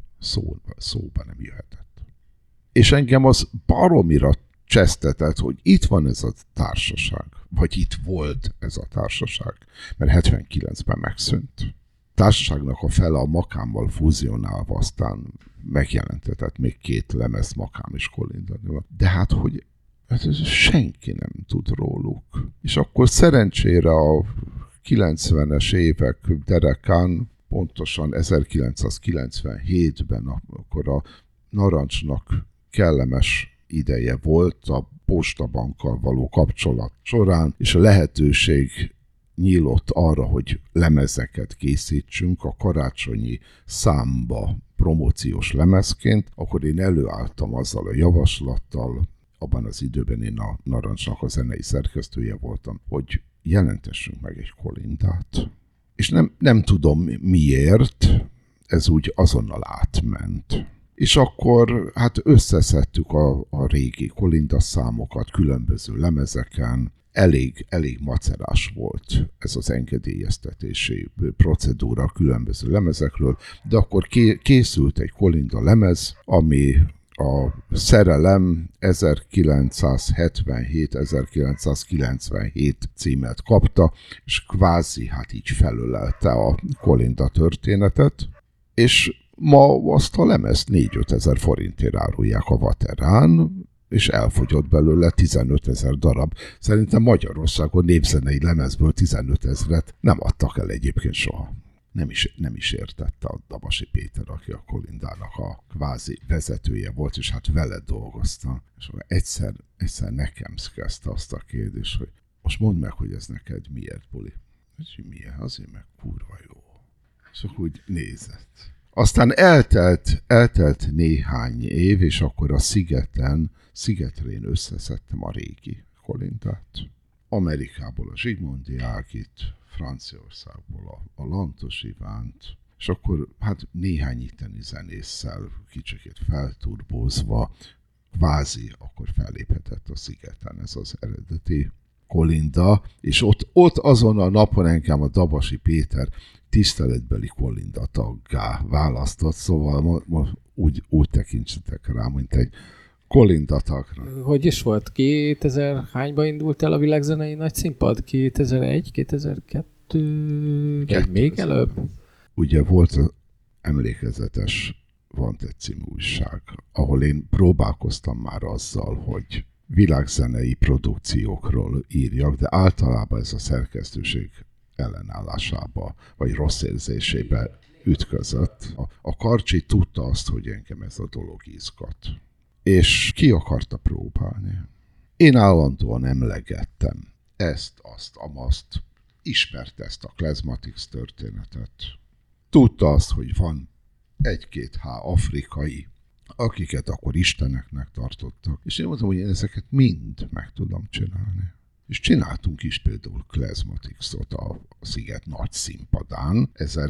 szóba nem jöhetett. És engem az baromira csesztetett, hogy itt van ez a társaság, vagy itt volt ez a társaság, mert 79-ben megszűnt. társaságnak a fele a Makámmal fúzionálva aztán megjelentetett még 2 lemez, Makám és Kolinda. De hát, hogy senki nem tud róluk. És akkor szerencsére a 90-es évek derekán, pontosan 1997-ben, akkor a Narancsnak kellemes ideje volt a postabankkal való kapcsolat során, és a lehetőség nyílt arra, hogy lemezeket készítsünk a karácsonyi számba promóciós lemezként, akkor én előálltam azzal a javaslattal, abban az időben én a Narancsnak a zenei szerkesztője voltam, hogy jelentessünk meg egy Kolindát. És nem tudom miért, ez úgy azonnal átment. És akkor hát összeszedtük a régi Kolinda számokat különböző lemezeken, elég macerás volt ez az engedélyeztetési procedúra különböző lemezekről, de akkor készült egy Kolinda lemez, ami a Szerelem 1977-1997 címet kapta, és kvázi hát így felölelte a Kolinda történetet, és ma azt a lemezt 4-5 ezer forintért árulják a Vaterán, és elfogyott belőle 15 000 darab. Szerintem Magyarországon népzenei lemezből 15 000-et nem adtak el egyébként soha. Nem is értette a Dabasi Péter, aki a Kolindának a kvázi vezetője volt, és hát vele dolgoztam. És egyszer nekem kezdte azt a kérdést, hogy most mondd meg, hogy ez neked miért, Buli? És milyen? Azért meg kurva jó. És akkor úgy nézett. Aztán eltelt néhány év, és akkor a Szigetre én összeszedtem a régi Kolindát. Amerikából a Zsigmondy Ágit, Franciaországból a Lantos Ivánt, és akkor hát néhány itteni zenésszel kicsikét felturbózva, kvázi akkor felléphetett a Szigeten ez az eredeti Kolinda, és ott azon a napon engem a Dabasi Péter tiszteletbeli Kolinda taggá választott, szóval úgy tekintsetek rá, mint egy Kolinda tagra. Hogy is volt? 2000 hányban indult el a világzenei nagyszínpad? 2001, 2002, vagy még előbb? Ugye volt az emlékezetes Van Te című újság, ahol én próbálkoztam már azzal, hogy világzenei produkciókról írjak, de általában ez a szerkesztőség ellenállásába, vagy rossz érzésébe ütközött. A Karcsi tudta azt, hogy engem ez a dolog izgat. És ki akarta próbálni. Én állandóan emlegettem ezt, azt, amazt, ismerte ezt a Klezmatix történetet. Tudta azt, hogy van 1-2 afrikai, akiket akkor isteneknek tartottak. És én mondtam, hogy én ezeket mind meg tudom csinálni. És csináltunk is például Klezmatixot a Sziget nagy színpadán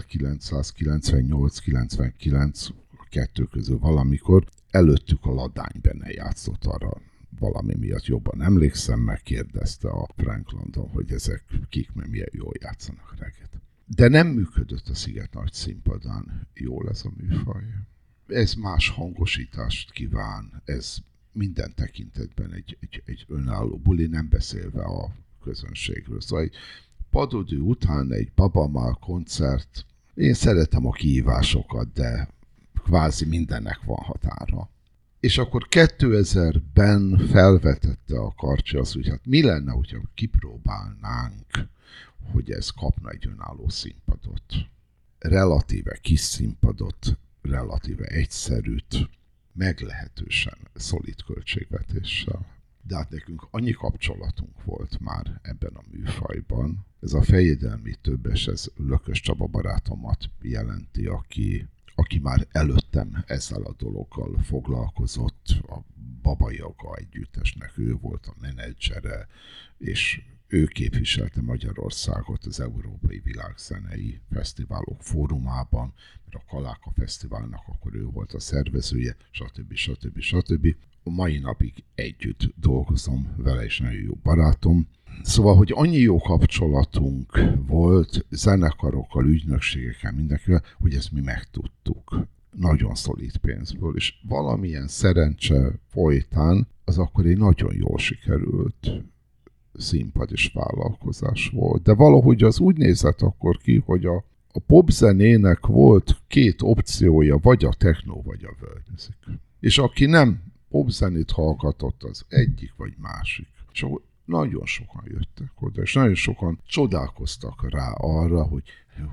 1998-99 kettő közül valamikor. Előttük a Ladány Bene játszott, arra valami miatt jobban emlékszem, megkérdezte a Frank London, hogy ezek kik, mert milyen jól játszanak regget. De nem működött a Sziget nagy színpadán jól ez a műfaj. Ez más hangosítást kíván, ez minden tekintetben egy önálló buli, nem beszélve a közönségről. Szóval egy Padodő után egy Baaba Maal koncert, én szeretem a kihívásokat, de kvázi mindennek van határa. És akkor 2000-ben felvetette a Karcsi azt, hogy hát mi lenne, hogyha kipróbálnánk, hogy ez kapna egy önálló színpadot. Relatíve kis színpadot, relatíve egyszerűt, meglehetősen szolid költségvetéssel. De hát nekünk annyi kapcsolatunk volt már ebben a műfajban. Ez a fejedelmi többes, ez Lökös Csaba barátomat jelenti, aki már előttem ezzel a dologgal foglalkozott, a Baba Yaga együttesnek ő volt a menedzsere, és ő képviselte Magyarországot az Európai Világzenei Fesztiválok Fórumában, mert a Kaláka Fesztiválnak akkor ő volt a szervezője, stb. A mai napig együtt dolgozom vele, és nagyon jó barátom. Szóval, hogy annyi jó kapcsolatunk volt zenekarokkal, ügynökségekkel, mindenkivel, hogy ezt mi megtudtuk. Nagyon szolid pénzből, és valamilyen szerencse folytán az akkor egy nagyon jól sikerült színpad és vállalkozás volt. De valahogy az úgy nézett akkor ki, hogy a popzenének volt 2 opciója, vagy a techno, vagy a world music. És aki nem popzenét hallgatott, az egyik vagy másik. És nagyon sokan jöttek oda, és nagyon sokan csodálkoztak rá arra, hogy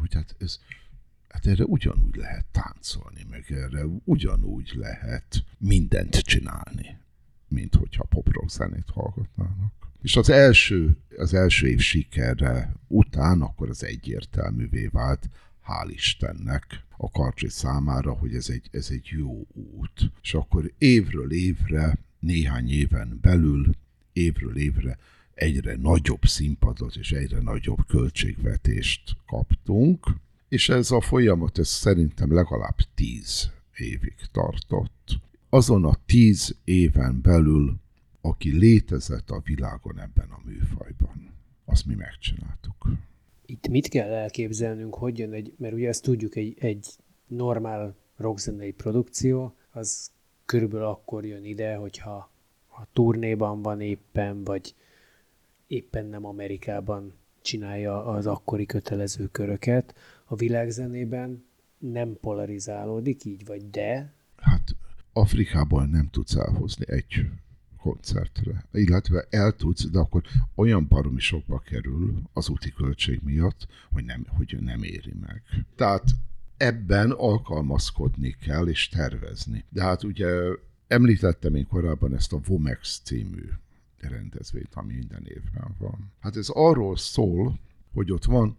hát erre ugyanúgy lehet táncolni, meg erre ugyanúgy lehet mindent csinálni, mint hogyha pop-rock zenét hallgatnának. És az első év sikerre után akkor az egyértelművé vált, hál' Istennek, a Karcsi számára, hogy ez egy jó út. És akkor évről évre, néhány éven belül, évről évre egyre nagyobb színpadot és egyre nagyobb költségvetést kaptunk, és ez a folyamat ez szerintem legalább 10 évig tartott. Azon a 10 éven belül, aki létezett a világon ebben a műfajban, azt mi megcsináltuk. Itt mit kell elképzelnünk, hogy jön mert ugye ezt tudjuk, egy normál rockzenei produkció, az körülbelül akkor jön ide, hogyha turnéban van éppen, vagy éppen nem Amerikában csinálja az akkori kötelező köröket. A világzenében nem polarizálódik így, vagy de? Hát Afrikából nem tudsz elhozni egy koncertre, illetve el tudsz, de akkor olyan baromi sokba kerül az úti költség miatt, hogy nem éri meg. Tehát ebben alkalmazkodni kell és tervezni. De hát ugye említettem én korábban ezt a Vomex című rendezvényt, ami minden évben van. Hát ez arról szól, hogy ott van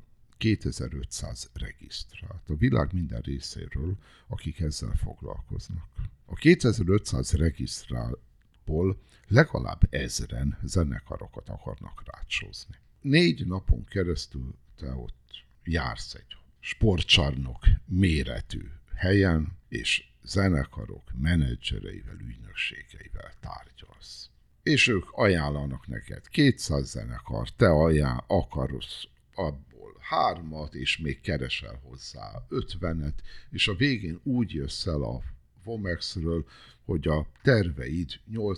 2500 regisztrált a világ minden részéről, akik ezzel foglalkoznak. A 2500 regisztráltból legalább 1000-en zenekarokat akarnak rácsózni. 4 napon keresztül te ott jársz egy sportcsarnok méretű helyen, és zenekarok menedzsereivel, ügynökségeivel tárgyalsz. És ők ajánlanak neked 200 zenekar, te akarsz abból 3-at, és még keresel hozzá 50-et, és a végén úgy jössz el a Vomexről, hogy a terveid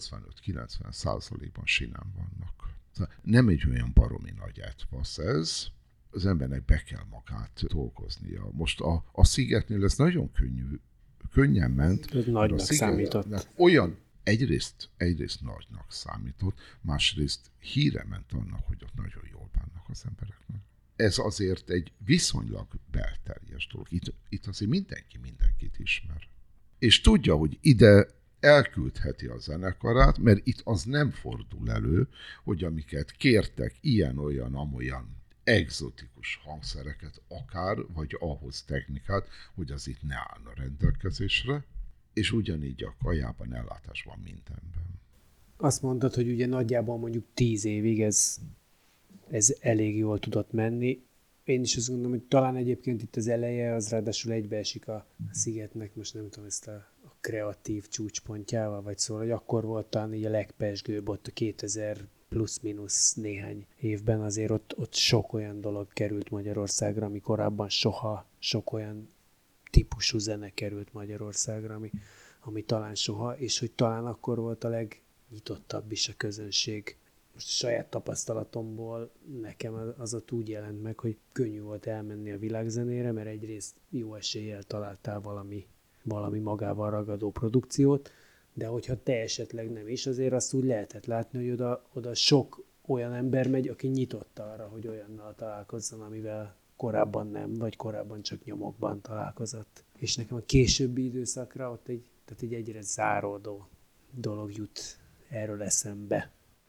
85-90%-ban sinem vannak. Nem egy olyan baromi nagy etvasz ez, az embernek be kell magát dolgoznia. Most a Szigetnél ez nagyon könnyen ment. Ez nagynak számított. Olyan egyrészt nagynak számított, másrészt híre ment annak, hogy ott nagyon jól bánnak az embereknek. Ez azért egy viszonylag belterjes dolog. Itt azért mindenkit ismer. És tudja, hogy ide elküldheti a zenekarát, mert itt az nem fordul elő, hogy amiket kértek, ilyen-olyan, amolyan egzotikus hangszereket akár, vagy ahhoz technikát, hogy az itt ne állna rendelkezésre, és ugyanígy a kajában ellátás van mindenben. Azt mondtad, hogy ugye nagyjából mondjuk 10 évig ez elég jól tudott menni. Én is azt gondolom, hogy talán egyébként itt az eleje, az ráadásul egybeesik a Szigetnek, most nem tudom, ezt a kreatív csúcspontjával, vagy szóval, hogy akkor volt talán így a legpezsgőbb ott a 2000 plusz-minusz néhány évben, azért ott sok olyan dolog került Magyarországra, ami korábban soha, sok olyan típusú zene került Magyarországra, ami talán soha, és hogy talán akkor volt a legnyitottabb is a közönség. Most a saját tapasztalatomból nekem az ott úgy jelent meg, hogy könnyű volt elmenni a világzenére, mert egyrészt jó eséllyel találtál valami magával ragadó produkciót, de hogyha te esetleg nem is, azért azt úgy lehetett látni, hogy oda sok olyan ember megy, aki nyitott arra, hogy olyannal találkozzon, amivel korábban nem, vagy korábban csak nyomokban találkozott. És nekem a későbbi időszakra ott egy egyre záródó dolog jut erről eszembe.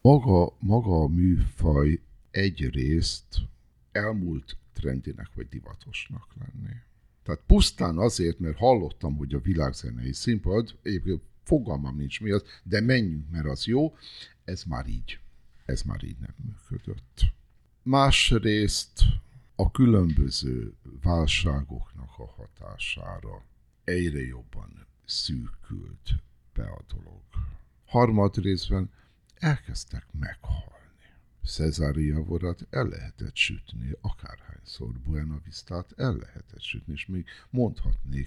Maga a műfaj egyrészt elmúlt trendinek vagy divatosnak lenni. Tehát pusztán azért, mert hallottam, hogy a világzenei színpad, egyébként fogalmam nincs mi az, de menjünk, mert az jó, ez már így nem működött. Másrészt a különböző válságoknak a hatására egyre jobban szűkült be a dolog. Harmadrészben elkezdtek meghalni. Cesária Vorat el lehetett sütni, akárhányszor Buena Vistát el lehetett sütni, és még mondhatnék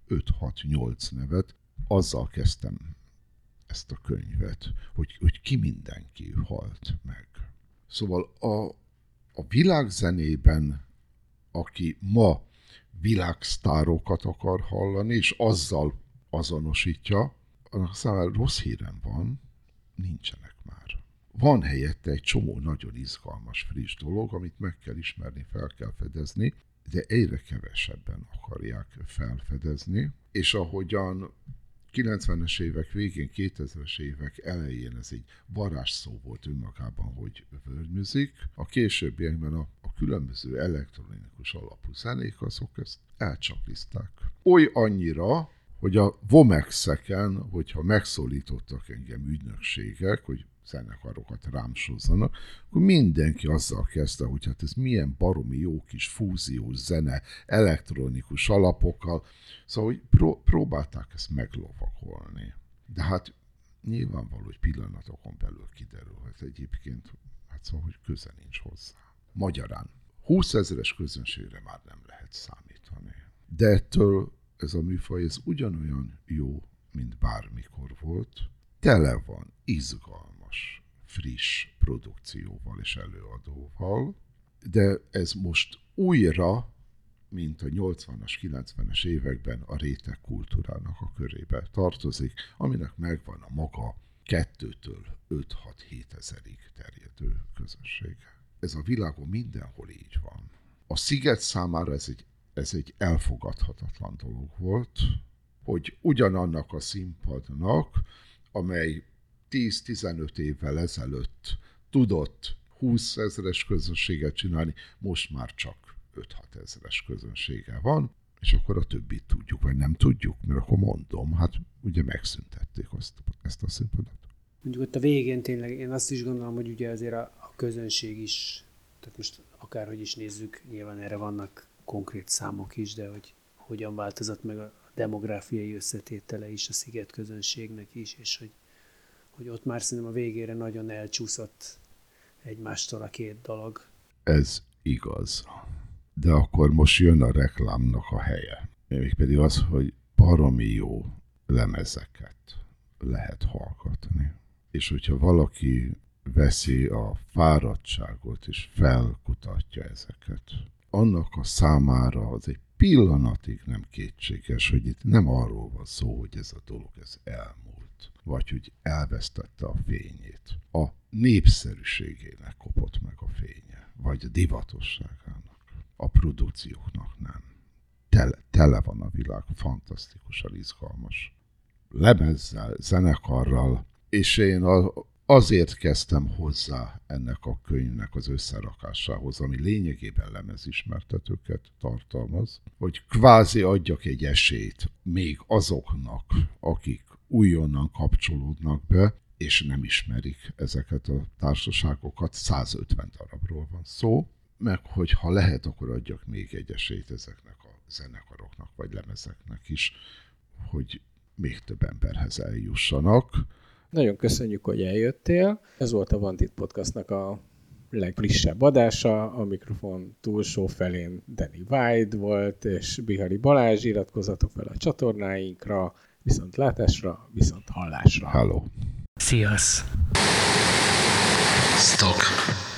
5-6-8 nevet. Azzal kezdtem ezt a könyvet, hogy ki mindenki halt meg. Szóval a világzenében, aki ma világsztárokat akar hallani, és azzal azonosítja, annak számára rossz hírem van, nincsenek már. Van helyette egy csomó nagyon izgalmas, friss dolog, amit meg kell ismerni, fel kell fedezni, de egyre kevesebben akarják felfedezni, és ahogyan 90-es évek végén, 2000-es évek elején ez egy varázsszó volt önmagában, hogy world music, a későbbiekben a különböző elektronikus alapú zenék, azok ezt elcsaklizták. Oly annyira, hogy a Vomex-eken, hogyha megszólítottak engem ügynökségek, hogy zenekarokat rámsozzanak, akkor mindenki azzal kezdte, hogy hát ez milyen baromi jó kis fúziós zene, elektronikus alapokkal, szóval hogy próbálták ezt meglovakolni. De hát nyilvánvaló, hogy pillanatokon belül kiderül, hogy egyébként hát szóval, hogy köze nincs hozzá. Magyarán 20 000-es közönségre már nem lehet számítani. De ettől ez a műfaj, ez ugyanolyan jó, mint bármikor volt. Tele van izgalmas, friss produkcióval és előadóval, de ez most újra, mint a 80-as, 90-es években a réteg kultúrának a körébe tartozik, aminek megvan a maga 2-től 5-6-7 ezerig terjedő közössége. Ez a világon mindenhol így van. A Sziget számára ez egy elfogadhatatlan dolog volt, hogy ugyanannak a színpadnak, amely 10-15 évvel ezelőtt tudott 20 000-es közönséget csinálni, most már csak 5-6 000-es közönsége van, és akkor a többit tudjuk, vagy nem tudjuk, mert akkor mondom, hát ugye megszüntették ezt a színpadot. Mondjuk ott a végén tényleg én azt is gondolom, hogy ugye azért a közönség is, tehát most akárhogy is nézzük, nyilván erre vannak konkrét számok is, de hogy hogyan változott meg a demográfiai összetétele is a Sziget közönségnek is, és hogy ott már szerintem a végére nagyon elcsúszott egymástól a két dolog. Ez igaz. De akkor most jön a reklámnak a helye. Mégpedig az, hogy baromi jó lemezeket lehet hallgatni. És hogyha valaki veszi a fáradtságot és felkutatja ezeket, annak a számára az egy pillanatig nem kétséges, hogy itt nem arról van szó, hogy ez a dolog ez elmúlt, vagy hogy elvesztette a fényét. A népszerűségének kopott meg a fénye, vagy a divatosságának. A produkcióknak nem. Tele van a világ fantasztikusan izgalmas lemezzel, zenekarral, és én azért kezdtem hozzá ennek a könyvnek az összerakásához, ami lényegében lemezismertetőket tartalmaz, hogy kvázi adjak egy esélyt még azoknak, akik újonnan kapcsolódnak be, és nem ismerik ezeket a társaságokat, 150 darabról van szó, meg hogy ha lehet, akkor adjak még egy esélyt ezeknek a zenekaroknak, vagy lemezeknek is, hogy még több emberhez eljussanak. Nagyon köszönjük, hogy eljöttél. Ez volt a Vantit Podcastnak a legfrissebb adása. A mikrofon túlsó felén Danny White volt, és Bihari Balázs. Iratkozzatok fel a csatornáinkra, viszont látásra, viszont hallásra. Hello! Sziasz! Stop.